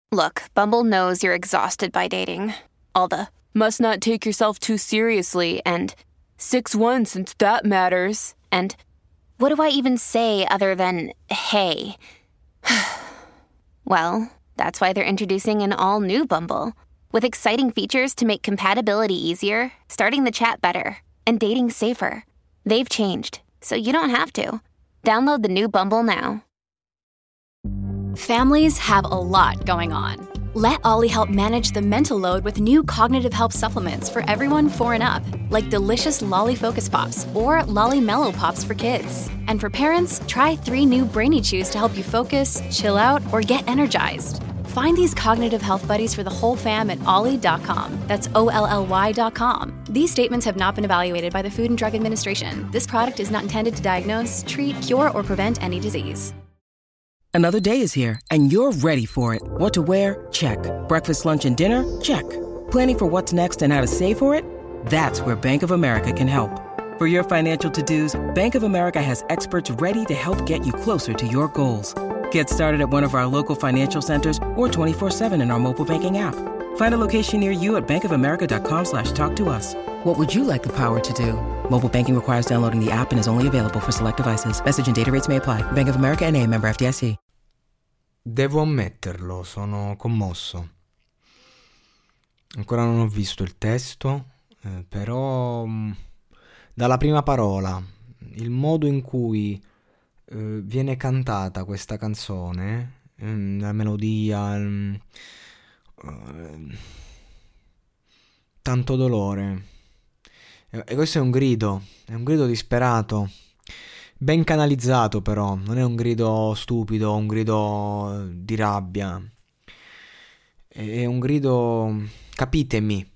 Look, Bumble knows you're exhausted by dating. All the must not take yourself too seriously and 6'1" since that matters. And what do I even say other than hey? Well, that's why they're introducing an all-new Bumble with exciting features to make compatibility easier, starting the chat better, and dating safer. They've changed, so you don't have to. Download the new Bumble now. Families have a lot going on. Let Ollie help manage the mental load with new cognitive help supplements for everyone 4 and up, like delicious Lolly Focus Pops or Lolly Mellow Pops for kids. And for parents, try 3 new Brainy Chews to help you focus, chill out, or get energized. Find these cognitive health buddies for the whole fam at ollie.com. That's OLLY.com. These statements have not been evaluated by the Food and Drug Administration. This product is not intended to diagnose, treat, cure, or prevent any disease. Another day is here, and you're ready for it. What to wear? Check. Breakfast, lunch, and dinner? Check. Planning for what's next and how to save for it? That's where Bank of America can help. For your financial to-dos, Bank of America has experts ready to help get you closer to your goals. Get started at one of our local financial centers or 24/7 in our mobile banking app. Find a location near you at bankofamerica.com/talktous. What would you like the power to do? Mobile banking requires downloading the app and is only available for select devices. Message and data rates may apply. Bank of America N.A., member FDIC. Devo ammetterlo, sono commosso. Ancora non ho visto il testo, però dalla prima parola, il modo in cui viene cantata questa canzone, la melodia, tanto dolore. E questo è un grido disperato, ben canalizzato però, non è un grido stupido, un grido di rabbia, è un grido, capitemi,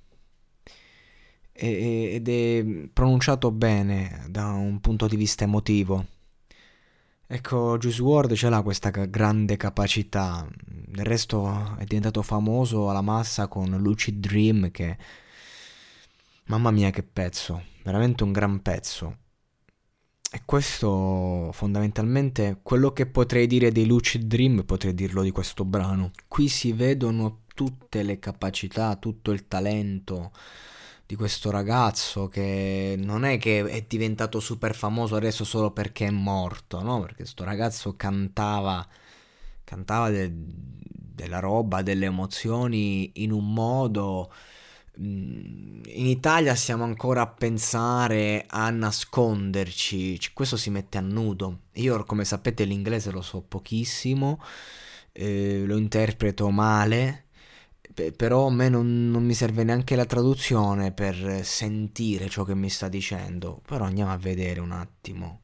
ed è pronunciato bene da un punto di vista emotivo. Ecco, Juice WRLD ce l'ha questa grande capacità, del resto è diventato famoso alla massa con Lucid Dream, che... Mamma mia che pezzo, veramente un gran pezzo. E questo fondamentalmente, quello che potrei dire dei Lucid Dream, potrei dirlo di questo brano. Qui si vedono tutte le capacità, tutto il talento di questo ragazzo, che non è che è diventato super famoso adesso solo perché è morto, no? Perché sto ragazzo cantava della roba, delle emozioni in un modo... In Italia stiamo ancora a pensare a nasconderci, questo si mette a nudo. Io, come sapete, l'inglese lo so pochissimo, lo interpreto male, però a me non mi serve neanche la traduzione per sentire ciò che mi sta dicendo. Però andiamo a vedere un attimo.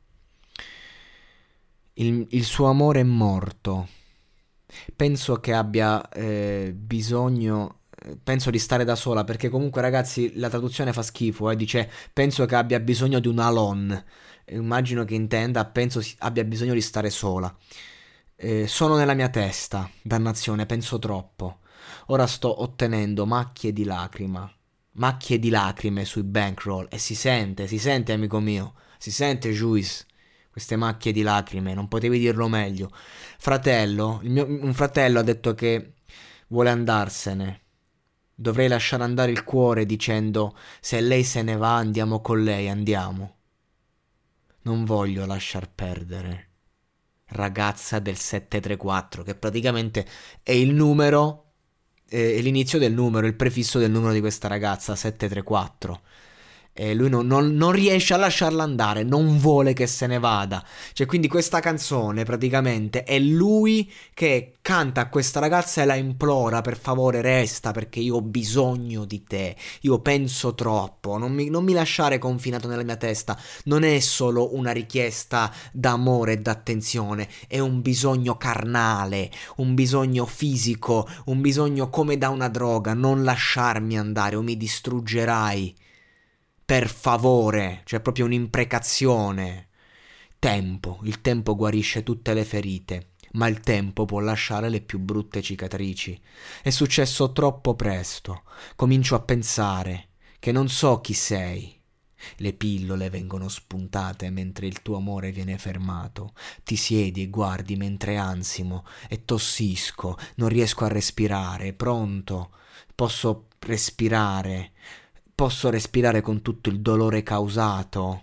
Il suo amore è morto. Penso che abbia bisogno... Penso di stare da sola, perché comunque, ragazzi, la traduzione fa schifo, dice penso che abbia bisogno di un alone. Immagino che intenda penso abbia bisogno di stare sola. Sono nella mia testa, dannazione, penso troppo. Ora sto ottenendo macchie di lacrime sui bankroll, e si sente amico mio, si sente, Juice, queste macchie di lacrime, non potevi dirlo meglio. Un fratello ha detto che vuole andarsene. Dovrei lasciare andare il cuore dicendo se lei se ne va andiamo con lei, andiamo. Non voglio lasciar perdere. Ragazza del 734, che praticamente è il numero, è l'inizio del numero, il prefisso del numero di questa ragazza, 734. E lui non riesce a lasciarla andare, non vuole che se ne vada. Cioè, quindi questa canzone praticamente è lui che canta a questa ragazza e la implora: per favore resta, perché io ho bisogno di te, io penso troppo, non mi lasciare confinato nella mia testa. Non è solo una richiesta d'amore e d'attenzione, è un bisogno carnale, un bisogno fisico, un bisogno come da una droga. Non lasciarmi andare o mi distruggerai. Per favore, cioè proprio un'imprecazione. Il tempo guarisce tutte le ferite, ma il tempo può lasciare le più brutte cicatrici. È successo troppo presto. Comincio a pensare che non so chi sei, Le pillole vengono spuntate mentre il tuo amore viene fermato. Ti siedi e guardi mentre ansimo e tossisco, non riesco a respirare, pronto, posso respirare con tutto il dolore causato.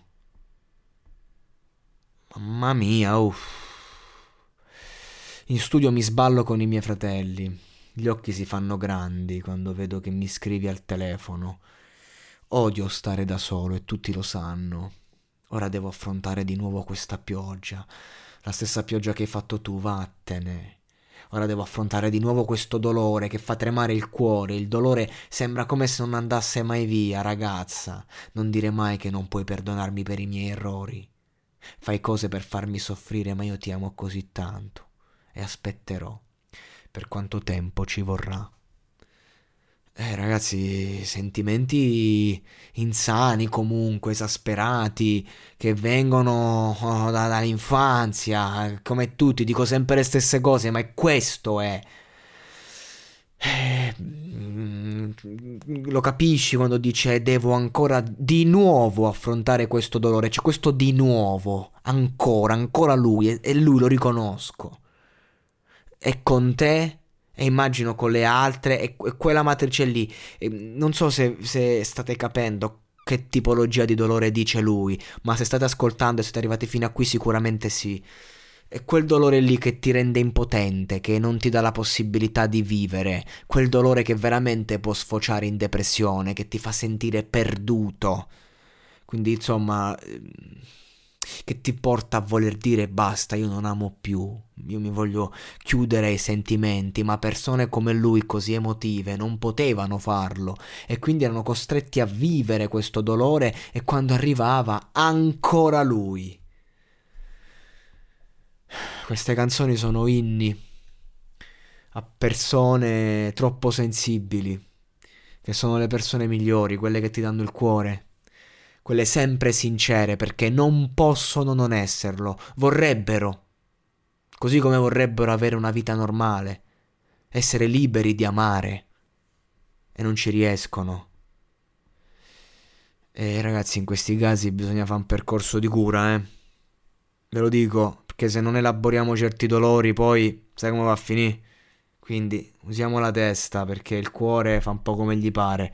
Mamma mia, uff. In studio mi sballo con i miei fratelli. Gli occhi si fanno grandi quando vedo che mi scrivi al telefono. Odio stare da solo e tutti lo sanno. Ora devo affrontare di nuovo questa pioggia. La stessa pioggia che hai fatto tu, vattene. Ora devo affrontare di nuovo questo dolore che fa tremare il cuore. Il dolore sembra come se non andasse mai via, ragazza. Non dire mai che non puoi perdonarmi per i miei errori. Fai cose per farmi soffrire, ma io ti amo così tanto. E aspetterò. Per quanto tempo ci vorrà. Ragazzi, sentimenti insani comunque, esasperati, che vengono dall'infanzia, come tutti, dico sempre le stesse cose, ma questo è. Lo capisci quando dice devo ancora di nuovo affrontare questo dolore, c'è questo di nuovo, ancora lui, e lui lo riconosco. È con te. E immagino con le altre e quella matrice lì. Non so se state capendo che tipologia di dolore dice lui, ma se state ascoltando e siete arrivati fino a qui sicuramente sì. È quel dolore lì che ti rende impotente, che non ti dà la possibilità di vivere, quel dolore che veramente può sfociare in depressione, che ti fa sentire perduto. Quindi insomma, che ti porta a voler dire basta, io non amo più, io mi voglio chiudere ai sentimenti, ma persone come lui così emotive non potevano farlo e quindi erano costretti a vivere questo dolore e quando arrivava ancora lui. Queste canzoni sono inni a persone troppo sensibili, che sono le persone migliori, quelle che ti danno il cuore. Quelle sempre sincere, perché non possono non esserlo, vorrebbero, così come vorrebbero avere una vita normale, essere liberi di amare, e non ci riescono. E ragazzi, in questi casi bisogna fare un percorso di cura, ve lo dico, perché se non elaboriamo certi dolori poi, sai come va a finire? Quindi usiamo la testa, perché il cuore fa un po' come gli pare.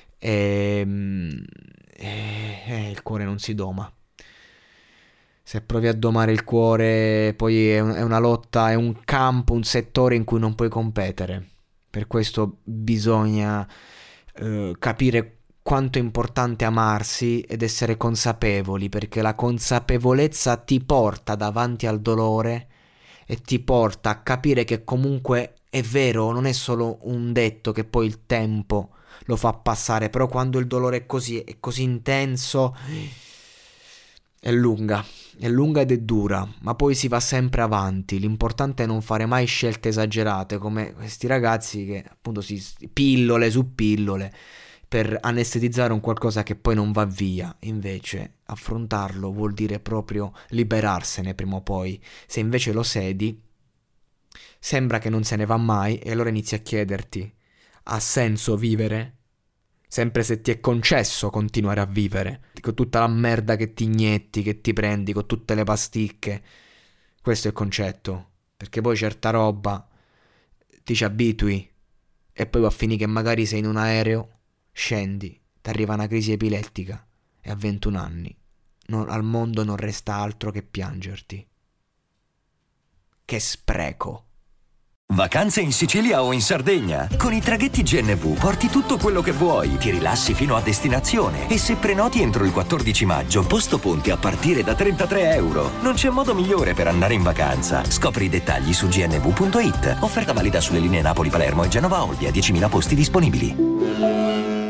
Il cuore non si doma. Se provi a domare il cuore poi è una lotta, è un campo, un settore in cui non puoi competere. Per questo bisogna capire quanto è importante amarsi ed essere consapevoli, perché la consapevolezza ti porta davanti al dolore e ti porta a capire che comunque è vero, non è solo un detto che poi il tempo lo fa passare, però quando il dolore è così intenso è lunga ed è dura, ma poi si va sempre avanti. L'importante è non fare mai scelte esagerate come questi ragazzi che appunto pillole su pillole per anestetizzare un qualcosa che poi non va via. Invece affrontarlo vuol dire proprio liberarsene prima o poi. Se invece lo sedi sembra che non se ne va mai e allora inizi a chiederti: ha senso vivere? Sempre se ti è concesso continuare a vivere, con tutta la merda che ti inietti, che ti prendi, con tutte le pasticche. Questo è il concetto, perché poi certa roba ti ci abitui e poi va a finire che magari sei in un aereo, scendi, ti arriva una crisi epilettica e a 21 anni al mondo non resta altro che piangerti. Che spreco! Vacanze in Sicilia o in Sardegna? Con i traghetti GNV porti tutto quello che vuoi, ti rilassi fino a destinazione e se prenoti entro il 14 maggio, posto ponti a partire da €33. Non c'è modo migliore per andare in vacanza. Scopri i dettagli su gnv.it. Offerta valida sulle linee Napoli-Palermo e Genova-Olbia, 10.000 posti disponibili.